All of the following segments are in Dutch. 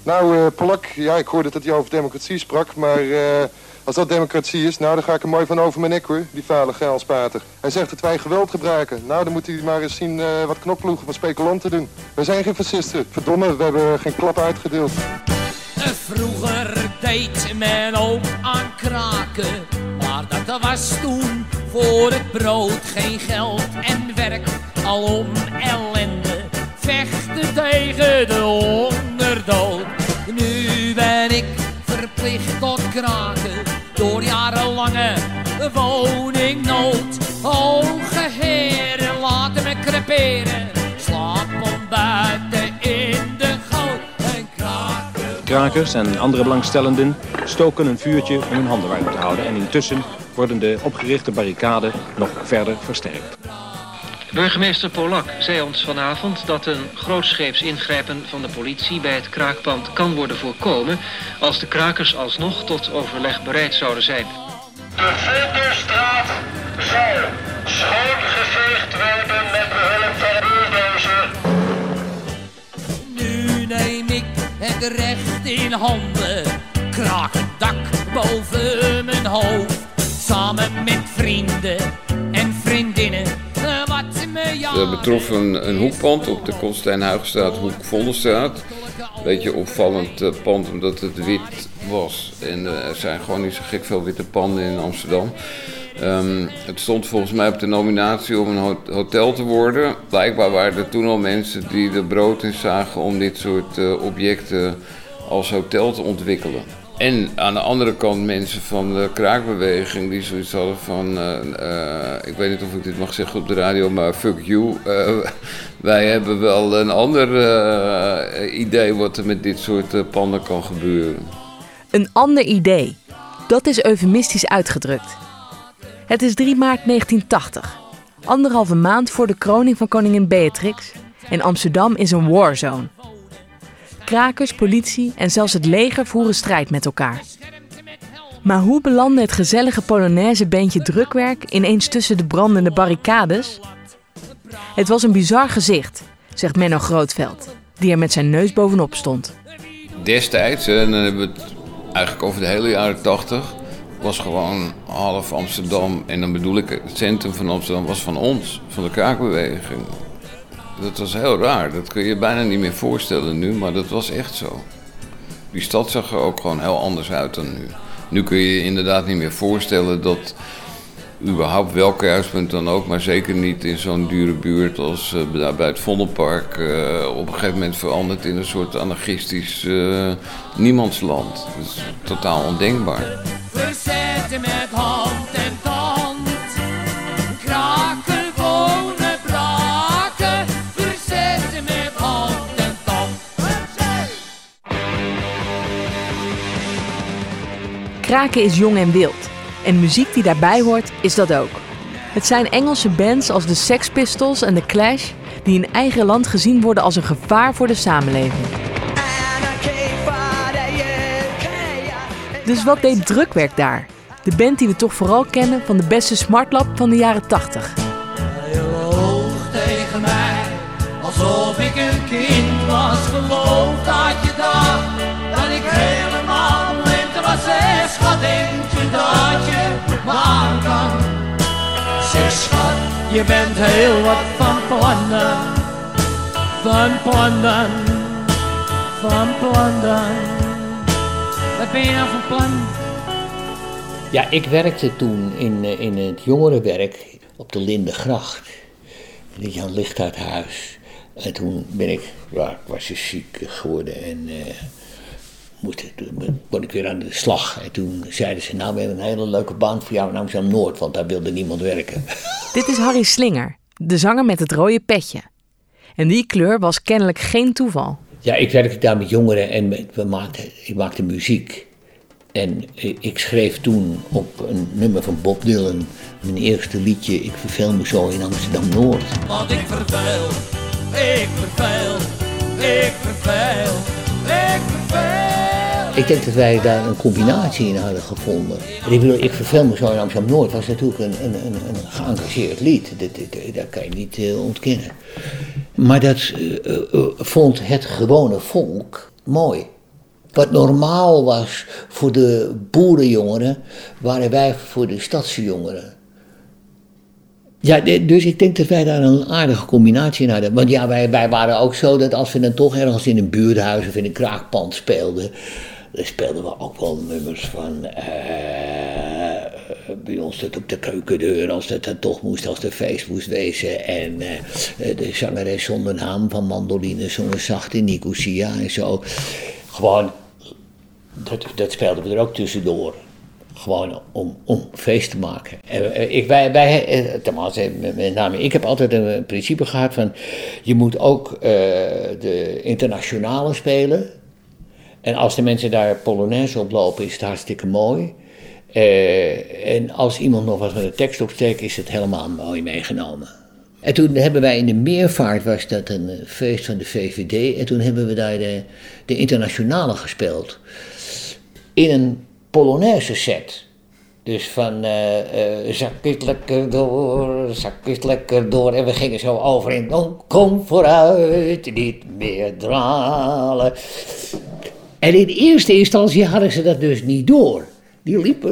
Nou, Polak, ja, ik hoorde dat hij over democratie sprak, maar als dat democratie is, nou, dan ga ik er mooi van over mijn nek, hoor, die vuile geilspater. Hij zegt dat wij geweld gebruiken. Nou, dan moet hij maar eens zien wat knokploegen van speculanten doen. We zijn geen fascisten. Verdomme, we hebben geen klap uitgedeeld. Vroeger deed men ook aan kraken, maar dat was toen voor het brood geen geld en werk, alom ellende, vechten tegen de hongerdood. Nu ben ik verplicht tot kraken, door jarenlange woningnood. Hoge heren, laten me creperen, slaap om buiten in de goot en kraken. Krakers en andere belangstellenden stoken een vuurtje om hun handen warm te houden en intussen worden de opgerichte barricaden nog verder versterkt. Burgemeester Polak zei ons vanavond dat een grootscheeps ingrijpen van de politie bij het kraakpand kan worden voorkomen als de krakers alsnog tot overleg bereid zouden zijn. De Vinderstraat zal schoongeveegd worden met behulp van bulldozer. Nu neem ik het recht in handen, kraak het dak boven mijn hoofd, samen met vrienden en vriendinnen. Dat betrof een hoekpand op de Constantijn-Huygenstraat, Hoek Vondelstraat. Een beetje opvallend pand omdat het wit was. En er zijn gewoon niet zo gek veel witte panden in Amsterdam. Het stond volgens mij op de nominatie om een hotel te worden. Blijkbaar waren er toen al mensen die er brood in zagen om dit soort objecten als hotel te ontwikkelen. En aan de andere kant mensen van de kraakbeweging die zoiets hadden van, ik weet niet of ik dit mag zeggen op de radio, maar fuck you. Wij hebben wel een ander idee wat er met dit soort panden kan gebeuren. Een ander idee, dat is eufemistisch uitgedrukt. Het is 3 maart 1980, 1,5 maand voor de kroning van koningin Beatrix en Amsterdam is een warzone. Krakers, politie en zelfs het leger voeren strijd met elkaar. Maar hoe belandde het gezellige Polonaise-bandje Drukwerk ineens tussen de brandende barricades? Het was een bizar gezicht, zegt Menno Grootveld, die er met zijn neus bovenop stond. Destijds, en dan hebben we het eigenlijk over de hele jaren 80, was gewoon half Amsterdam, en dan bedoel ik het centrum van Amsterdam, was van ons, van de kraakbeweging. Dat was heel raar, dat kun je je bijna niet meer voorstellen nu, maar dat was echt zo. Die stad zag er ook gewoon heel anders uit dan nu. Nu kun je je inderdaad niet meer voorstellen dat überhaupt welk kruispunt dan ook, maar zeker niet in zo'n dure buurt als bij het Vondelpark, op een gegeven moment verandert in een soort anarchistisch niemandsland. Dat is totaal ondenkbaar. Verzetten met hand en tand, kraken, wonen, braken, verzetten met hand en tand. Kraken is jong en wild. En muziek die daarbij hoort, is dat ook. Het zijn Engelse bands als de Sex Pistols en The Clash die in eigen land gezien worden als een gevaar voor de samenleving. Dus wat deed Drukwerk daar? De band die we toch vooral kennen van de beste smartlap van de jaren 80. Je loog tegen mij, alsof ik een kind was. Geloof dat je dacht, dat ik helemaal blind was. Zeg, schat, denk je dat je me aan kan? Zeg, schat, je bent heel wat van plannen. Van plannen, van plannen. Wat ben je nou van plan? Ja, ik werkte toen in het jongerenwerk op de Lindengracht. In het Jan Lichthardhuis. En toen was ik ziek geworden en kon ik weer aan de slag. En toen zeiden ze, nou, we hebben een hele leuke baan voor jou in Amsterdam-Noord, want daar wilde niemand werken. Dit is Harry Slinger, de zanger met het rode petje. En die kleur was kennelijk geen toeval. Ja, ik werkte daar met jongeren en ik maakte muziek. En ik schreef toen op een nummer van Bob Dylan mijn eerste liedje, Ik verveel me zo in Amsterdam-Noord. Want ik verveel, ik verveel, ik verveel, ik verveel. Ik denk dat wij daar een combinatie in hadden gevonden. Ik verveel me zo in Amsterdam-Noord was natuurlijk een geëngageerd lied. Dat kan je niet ontkennen. Maar dat vond het gewone volk mooi. Wat normaal was voor de boerenjongeren, waren wij voor de stadse jongeren. Ja, dus ik denk dat wij daar een aardige combinatie in hadden. Want ja, wij waren ook zo dat als we dan toch ergens in een buurthuis of in een kraakpand speelden, dan speelden we ook wel nummers van bij ons dat op de keukendeur, als dat dan toch moest, als de feest moest wezen. En de zangeres zonder naam van Mandoline, zongen zacht in Nicosia en zo. Gewoon, dat speelden we er ook tussendoor. Gewoon om feest te maken. Met name, ik heb altijd een principe gehad van, je moet ook de internationale spelen. En als de mensen daar Polonaise oplopen, is het hartstikke mooi. En als iemand nog wat met de tekst opsteekt, is het helemaal mooi meegenomen. En toen hebben wij in de Meervaart, was dat een feest van de VVD, en toen hebben we daar de internationale gespeeld. In een Polonaise set. Dus van zak is lekker door. En we gingen zo over in, kom vooruit, niet meer dralen. En in eerste instantie hadden ze dat dus niet door. Die liepen,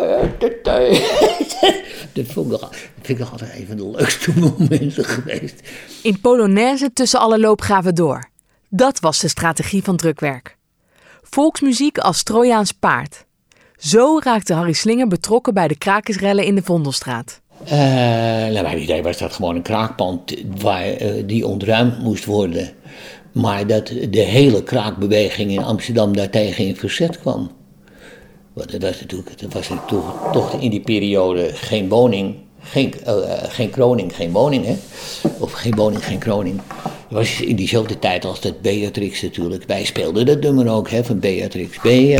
dat vind ik nog altijd een van de leukste momenten geweest. In Polonaise tussen alle loopgraven door. Dat was de strategie van drukwerk. Volksmuziek als Trojaans paard. Zo raakte Harry Slinger betrokken bij de krakersrellen in de Vondelstraat. Naar mijn idee was dat gewoon een kraakpand die ontruimd moest worden. Maar dat de hele kraakbeweging in Amsterdam daartegen in verzet kwam. Want dat was natuurlijk toch in die periode geen woning, geen kroning, geen woning, hè? Of geen woning, geen kroning. Dat was in diezelfde tijd als dat Beatrix natuurlijk. Wij speelden dat nummer ook, hè, van Beatrix.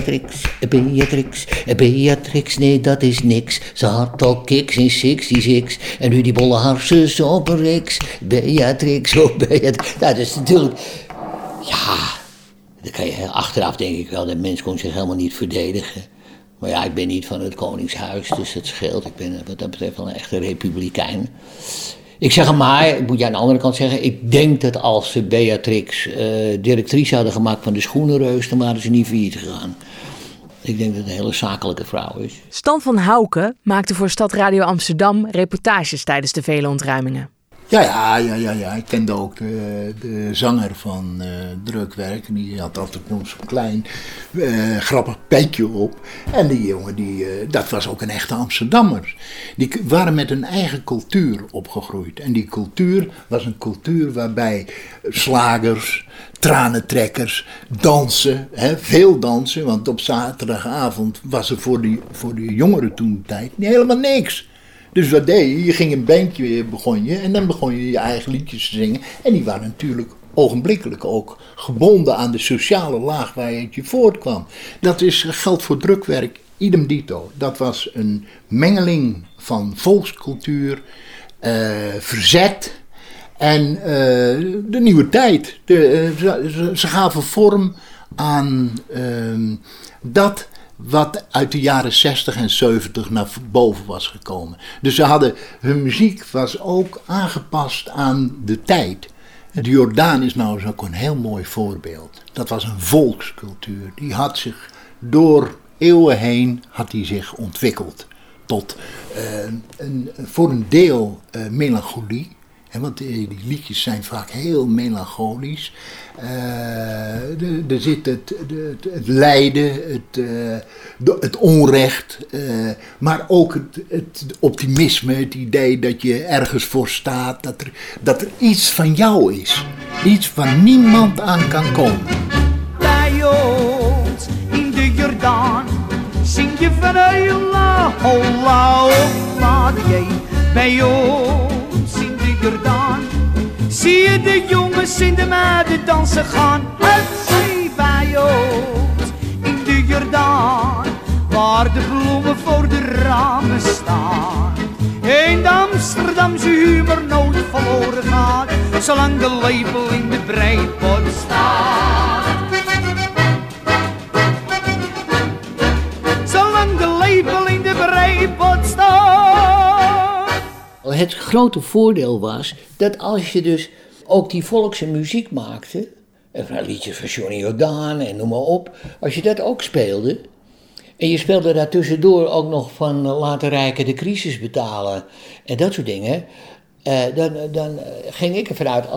Beatrix, nee, dat is niks. Ze had al kicks in 66 en nu die bolle harses op een riks. Beatrix, oh Beatrix. Nou, dat is natuurlijk, ja, dan kan je achteraf denk ik wel, de mens kon zich helemaal niet verdedigen. Maar ja, ik ben niet van het Koningshuis, dus dat scheelt. Ik ben wat dat betreft wel een echte republikein. Ik zeg maar, ik moet je aan de andere kant zeggen, ik denk dat als ze Beatrix directrice hadden gemaakt van de Schoenenreus, dan waren ze niet failliet gegaan. Ik denk dat het een hele zakelijke vrouw is. Stan van Houken maakte voor Stadradio Amsterdam reportages tijdens de vele ontruimingen. Ja. Ik kende ook de zanger van Drukwerk. En die had altijd nog zo'n klein grappig petje op. En die jongen, dat was ook een echte Amsterdammer. Die waren met een eigen cultuur opgegroeid. En die cultuur was een cultuur waarbij slagers, tranentrekkers, dansen, veel dansen. Want op zaterdagavond was er voor de jongeren toen tijd helemaal niks. Dus wat deed je? Je ging een bandje, begon je, en dan begon je je eigen liedjes te zingen. En die waren natuurlijk ogenblikkelijk ook gebonden aan de sociale laag waar je voortkwam. Dat geldt voor Drukwerk idem dito. Dat was een mengeling van volkscultuur, verzet en de nieuwe tijd. Ze gaven vorm aan dat wat uit de jaren 60 en 70 naar boven was gekomen. Dus hun muziek was ook aangepast aan de tijd. De Jordaan is nou eens ook een heel mooi voorbeeld. Dat was een volkscultuur. Die had zich door eeuwen heen zich ontwikkeld tot voor een deel melancholie. Want die liedjes zijn vaak heel melancholisch. Er zit het lijden, het onrecht, maar ook het optimisme, het idee dat je ergens voor staat, dat er iets van jou is. Iets waar niemand aan kan komen. Bij ons in de Jordaan zing je van holla, holla, holla, bij ons in de Jordaan zie je de jongens in de meiden dansen gaan. Het zee bij ons in de Jordaan, waar de bloemen voor de ramen staan. En de Amsterdamse humor nooit verloren gaat, zolang de lepel in de breipot staat. Zolang de lepel in de breipot staat. Het grote voordeel was dat als je dus ook die volkse muziek maakte, liedjes van Johnny Jordaan en noem maar op. Als je dat ook speelde, en je speelde daar tussendoor ook nog van laten rijken de crisis betalen en dat soort dingen, dan ging ik ervan uit,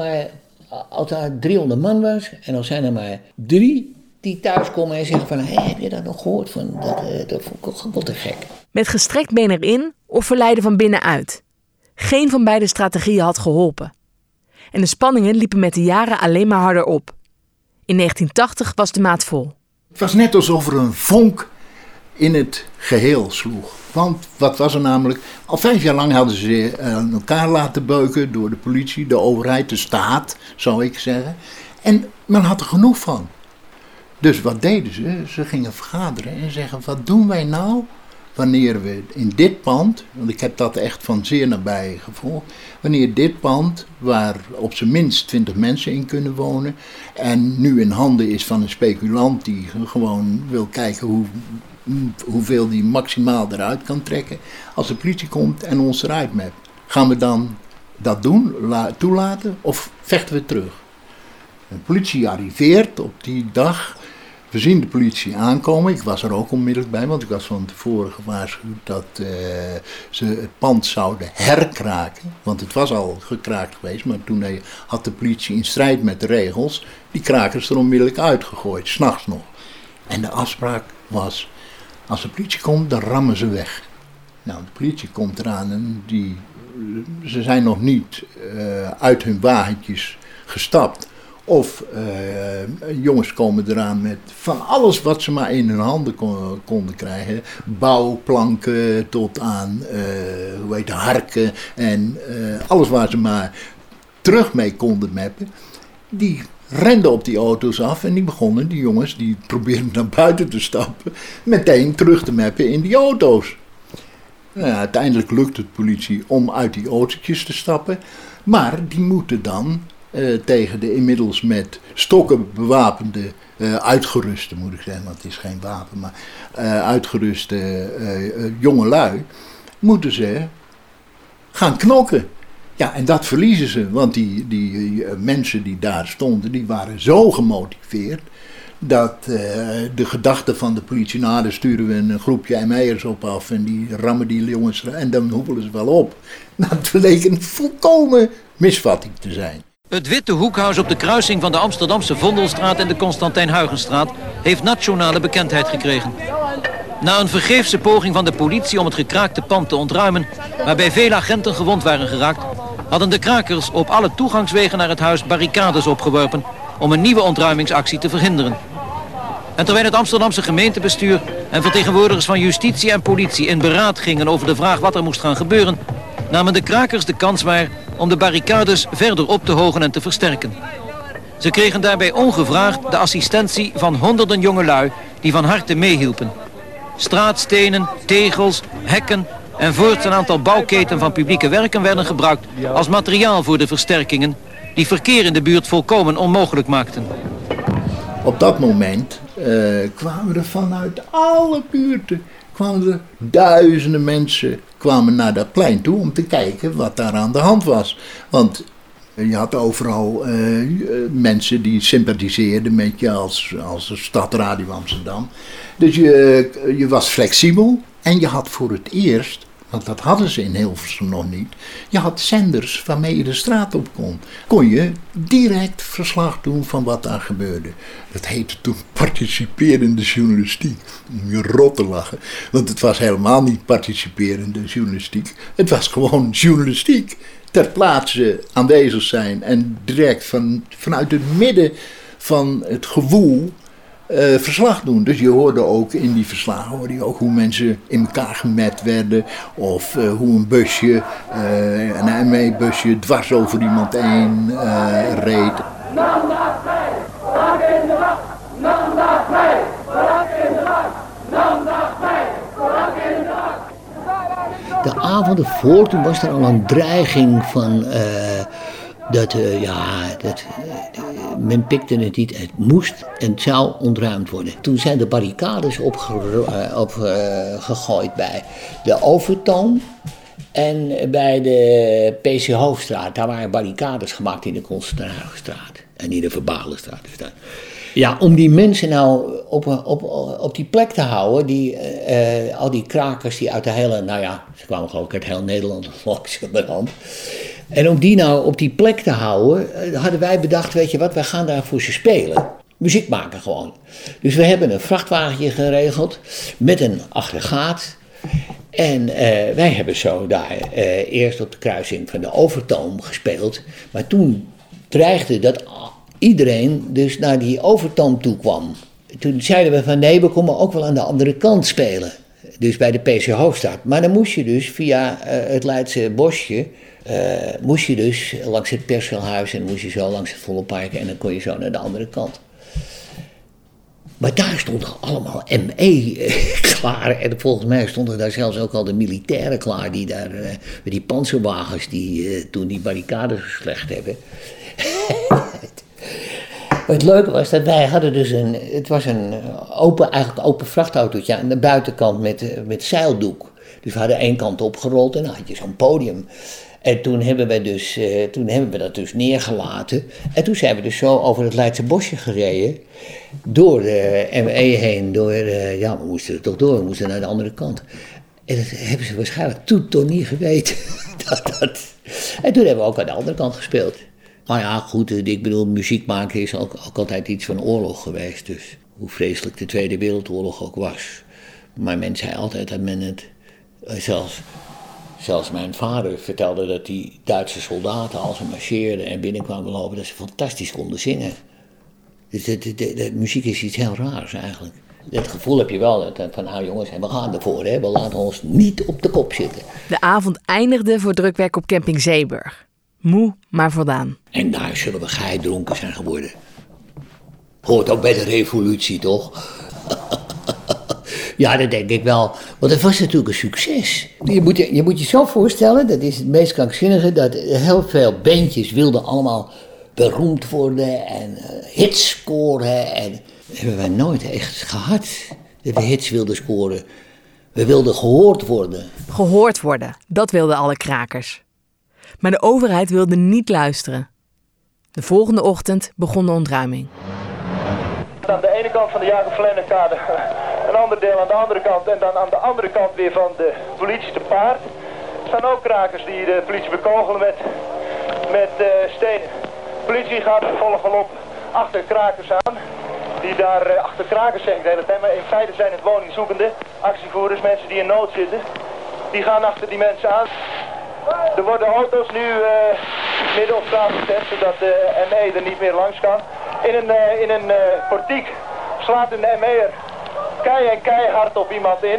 als er 300 man was en als zijn er maar 3 die thuiskomen en zeggen van, heb je dat nog gehoord? Dat vond ik wel te gek. Met gestrekt been erin of verleiden van binnenuit. Geen van beide strategieën had geholpen. En de spanningen liepen met de jaren alleen maar harder op. In 1980 was de maat vol. Het was net alsof er een vonk in het geheel sloeg. Want wat was er namelijk? Al 5 jaar lang hadden ze elkaar laten beuken door de politie, de overheid, de staat, zou ik zeggen. En men had er genoeg van. Dus wat deden ze? Ze gingen vergaderen en zeggen, wat doen wij nou wanneer we in dit pand, want ik heb dat echt van zeer nabij gevolgd, wanneer dit pand, waar op zijn minst 20 mensen in kunnen wonen, en nu in handen is van een speculant die gewoon wil kijken hoeveel die maximaal eruit kan trekken, als de politie komt en ons eruit mept, gaan we dan dat doen, toelaten, of vechten we terug? De politie arriveert op die dag. We zien de politie aankomen. Ik was er ook onmiddellijk bij, want ik was van tevoren gewaarschuwd dat ze het pand zouden herkraken. Want het was al gekraakt geweest, maar toen had de politie in strijd met de regels die krakers er onmiddellijk uitgegooid, 's nachts nog. En de afspraak was, als de politie komt, dan rammen ze weg. Nou, de politie komt eraan en ze zijn nog niet uit hun wagentjes gestapt. Of jongens komen eraan met van alles wat ze maar in hun handen konden krijgen. Bouwplanken tot aan harken en alles waar ze maar terug mee konden mappen. Die renden op die auto's af en die jongens die probeerden naar buiten te stappen, meteen terug te mappen in die auto's. Nou, uiteindelijk lukt het politie om uit die autootjes te stappen, maar die moeten dan tegen de inmiddels met stokken bewapende, uitgeruste moet ik zeggen, want het is geen wapen, maar uitgeruste jongelui, moeten ze gaan knokken. Ja, en dat verliezen ze, want die mensen die daar stonden, die waren zo gemotiveerd, dat de gedachte van de politie, nou, dan sturen we een groepje ME'ers op af en die rammen die jongens en dan hoepelen ze wel op. Nou, het bleek een volkomen misvatting te zijn. Het Witte Hoekhuis op de kruising van de Amsterdamse Vondelstraat en de Constantijn Huygenstraat heeft nationale bekendheid gekregen. Na een vergeefse poging van de politie om het gekraakte pand te ontruimen, waarbij vele agenten gewond waren geraakt, hadden de krakers op alle toegangswegen naar het huis barricades opgeworpen om een nieuwe ontruimingsactie te verhinderen. En terwijl het Amsterdamse gemeentebestuur en vertegenwoordigers van justitie en politie in beraad gingen over de vraag wat er moest gaan gebeuren, namen de krakers de kans waar om de barricades verder op te hogen en te versterken. Ze kregen daarbij ongevraagd de assistentie van honderden jongelui die van harte meehielpen. Straatstenen, tegels, hekken en voorts een aantal bouwketen van publieke werken werden gebruikt als materiaal voor de versterkingen die verkeer in de buurt volkomen onmogelijk maakten. Op dat moment kwamen er vanuit alle buurten, duizenden mensen naar dat plein toe om te kijken wat daar aan de hand was. Want je had overal mensen die sympathiseerden met je als de Stadradio Amsterdam. Dus je was flexibel en je had voor het eerst, want dat hadden ze in Hilversum nog niet, je had zenders waarmee je de straat op kon. Kon je direct verslag doen van wat daar gebeurde. Dat heette toen participerende journalistiek. Om je rot te lachen. Want het was helemaal niet participerende journalistiek. Het was gewoon journalistiek. Ter plaatse aanwezig zijn en direct vanuit het midden van het gewoel verslag doen. Dus je hoorde ook in die verslagen hoe mensen in elkaar gemet werden. Of hoe een busje, een ME-busje dwars over iemand heen reed. De avonden voor, toen was er al een dreiging van men pikte het niet, het moest en het zou ontruimd worden. Toen zijn de barricades opgegooid bij de Overtoom en bij de PC Hoofdstraat. Daar waren barricades gemaakt in de Constantijn Huygenstraat. En niet de Verbalenstraat. Ja, om die mensen nou op die plek te houden, al die krakers die uit de hele, nou ja, ze kwamen geloof ik uit heel Nederland langs de hand. En om die nou op die plek te houden, hadden wij bedacht, weet je wat, wij gaan daar voor ze spelen. Muziek maken gewoon. Dus we hebben een vrachtwagentje geregeld met een aggregaat. En wij hebben zo daar eerst op de kruising van de Overtoom gespeeld. Maar toen dreigde dat iedereen dus naar die Overtoom toe kwam. Toen zeiden we van nee, we komen ook wel aan de andere kant spelen. Dus bij de PC Hoofdstraat. Maar dan moest je dus via het Leidse Bosje, moest je dus langs het Persveelhuis en moest je zo langs het Vondelpark en dan kon je zo naar de andere kant. Maar daar stonden allemaal ME klaar. En volgens mij stonden daar zelfs ook al de militairen klaar. Die daar, met die panzerwagens die toen die barricades geslecht hebben. Maar het leuke was dat wij hadden dus het was een open vrachtautootje aan de buitenkant met zeildoek. Dus we hadden één kant opgerold en dan had je zo'n podium. En toen hebben we dat dus neergelaten. En toen zijn we dus zo over het Leidse Bosje gereden. Door de ME heen. We moesten er toch door. We moesten naar de andere kant. En dat hebben ze waarschijnlijk toen toch niet geweten. En toen hebben we ook aan de andere kant gespeeld. Maar ja, goed. Ik bedoel, muziek maken is ook altijd iets van oorlog geweest. Dus hoe vreselijk de Tweede Wereldoorlog ook was. Maar men zei altijd dat men het Zelfs mijn vader vertelde dat die Duitse soldaten, als ze marcheerden en binnenkwamen lopen, dat ze fantastisch konden zingen. Dus de muziek is iets heel raars eigenlijk. Dat gevoel heb je wel, van nou jongens, we gaan ervoor, hè? We laten ons niet op de kop zitten. De avond eindigde voor drukwerk op camping Zeeburg. Moe, maar voldaan. En daar zullen we geidronken zijn geworden. Hoort ook bij de revolutie, toch? Ja, dat denk ik wel. Want het was natuurlijk een succes. Je moet je zo voorstellen, dat is het meest krankzinnige, dat heel veel bandjes wilden allemaal beroemd worden en hits scoren. En dat hebben wij nooit echt gehad, dat we hits wilden scoren. We wilden gehoord worden. Gehoord worden, dat wilden alle krakers. Maar de overheid wilde niet luisteren. De volgende ochtend begon de ontruiming. Aan de ene kant van de Jacob Vlennekade, een ander deel aan de andere kant en dan aan de andere kant weer van de politie te paard. Er staan ook krakers die de politie bekogelen met stenen. De politie gaat vervolgens achter krakers aan, die daar achter krakers zeggen de hele tijd, maar in feite zijn het woningzoekende actievoerders, mensen die in nood zitten. Die gaan achter die mensen aan. Er worden auto's nu midden op straat gezet, zodat de ME er niet meer langs kan. In een portiek slaat een ME'er keihard op iemand in.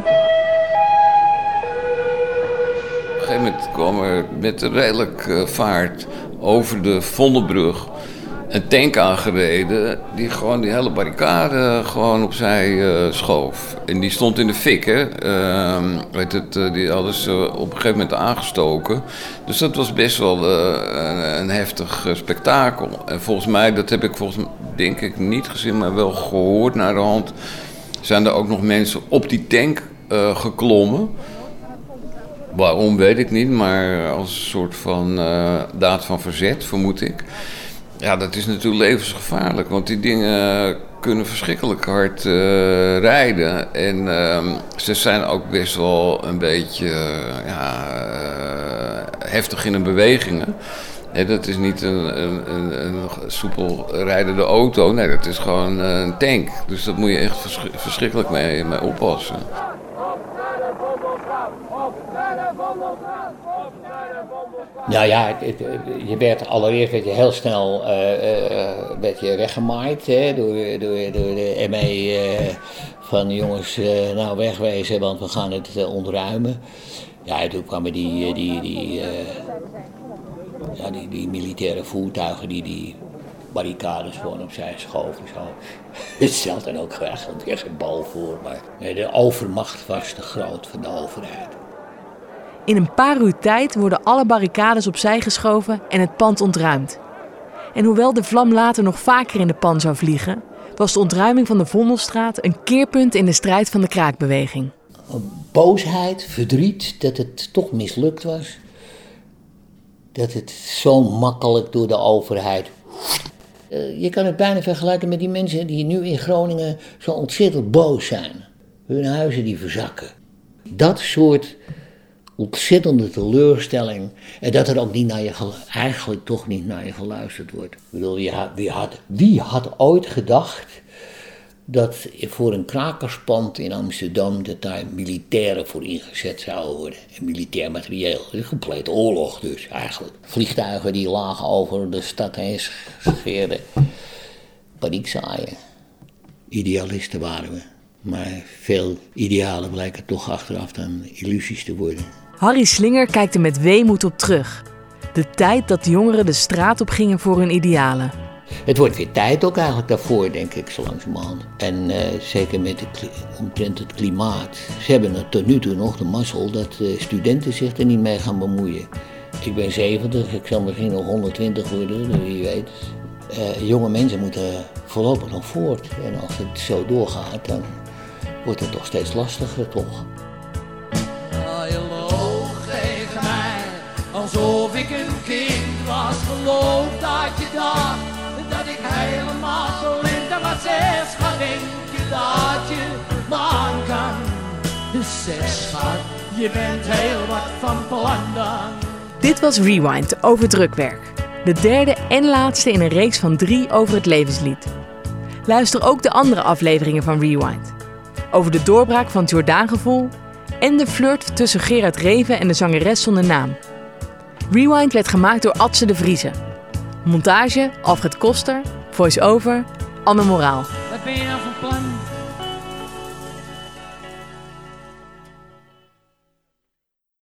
Op een gegeven moment kwam er met redelijk vaart over de Vondelbrug een tank aangereden die gewoon die hele barricade gewoon opzij schoof. En die stond in de fik, hè. Die hadden ze op een gegeven moment aangestoken. Dus dat was best wel een heftig spektakel. En volgens mij, dat heb ik denk ik niet gezien, maar wel gehoord naar de hand, zijn er ook nog mensen op die tank geklommen. Waarom weet ik niet, maar als een soort van daad van verzet, vermoed ik. Ja, dat is natuurlijk levensgevaarlijk, want die dingen kunnen verschrikkelijk hard rijden. En ze zijn ook best wel een beetje heftig in hun bewegingen. Dat is niet een soepel rijdende auto, nee, dat is gewoon een tank. Dus daar moet je echt verschrikkelijk mee oppassen. Nou ja, je werd allereerst heel snel weggemaaid door de ME van jongens, nou wegwezen, want we gaan het ontruimen. Ja, en toen kwamen die militaire voertuigen die barricades gewoon opzij schoven. Zo. Het stelt dan ook eigenlijk weer geen bal voor, maar de overmacht was te groot van de overheid. In een paar uur tijd worden alle barricades opzij geschoven en het pand ontruimd. En hoewel de vlam later nog vaker in de pan zou vliegen, was de ontruiming van de Vondelstraat een keerpunt in de strijd van de kraakbeweging. Boosheid, verdriet dat het toch mislukt was. Dat het zo makkelijk door de overheid Je kan het bijna vergelijken met die mensen die nu in Groningen zo ontzettend boos zijn. Hun huizen die verzakken. Dat soort ontzettende teleurstelling. En dat er ook niet naar eigenlijk toch niet naar je geluisterd wordt. Ik bedoel, wie had ooit gedacht dat voor een krakerspand in Amsterdam dat daar militairen voor ingezet zouden worden. En militair materieel. Dat is een complete oorlog dus eigenlijk. Vliegtuigen die lagen over de stad heen scheerden. Paniek zaaien. Idealisten waren we. Maar veel idealen blijken toch achteraf dan illusies te worden. Harry Slinger kijkt er met weemoed op terug. De tijd dat de jongeren de straat op gingen voor hun idealen. Het wordt weer tijd ook eigenlijk daarvoor, denk ik, zo langzamerhand. En zeker omtrent het klimaat. Ze hebben tot nu toe nog de mazzel dat studenten zich er niet mee gaan bemoeien. Ik ben 70, ik zal misschien nog 120 worden, wie weet. Jonge mensen moeten voorlopig nog voort. En als het zo doorgaat, dan wordt het toch steeds lastiger, toch? Je loog tegen mij, alsof ik een kind was. Geloof dat je dacht dat ik helemaal blind was. Zeg, schat, denk je dat je me aan kan? Zeg, schat, je bent heel wat van plan dan. Dit was Rewind over drukwerk. De derde en laatste in een reeks van 3 over het levenslied. Luister ook de andere afleveringen van Rewind. Over de doorbraak van het Jordaangevoel en de flirt tussen Gerard Reven en de zangeres zonder naam. Rewind werd gemaakt door Adse de Vrieze. Montage Alfred Koster, voice-over Anne Moraal.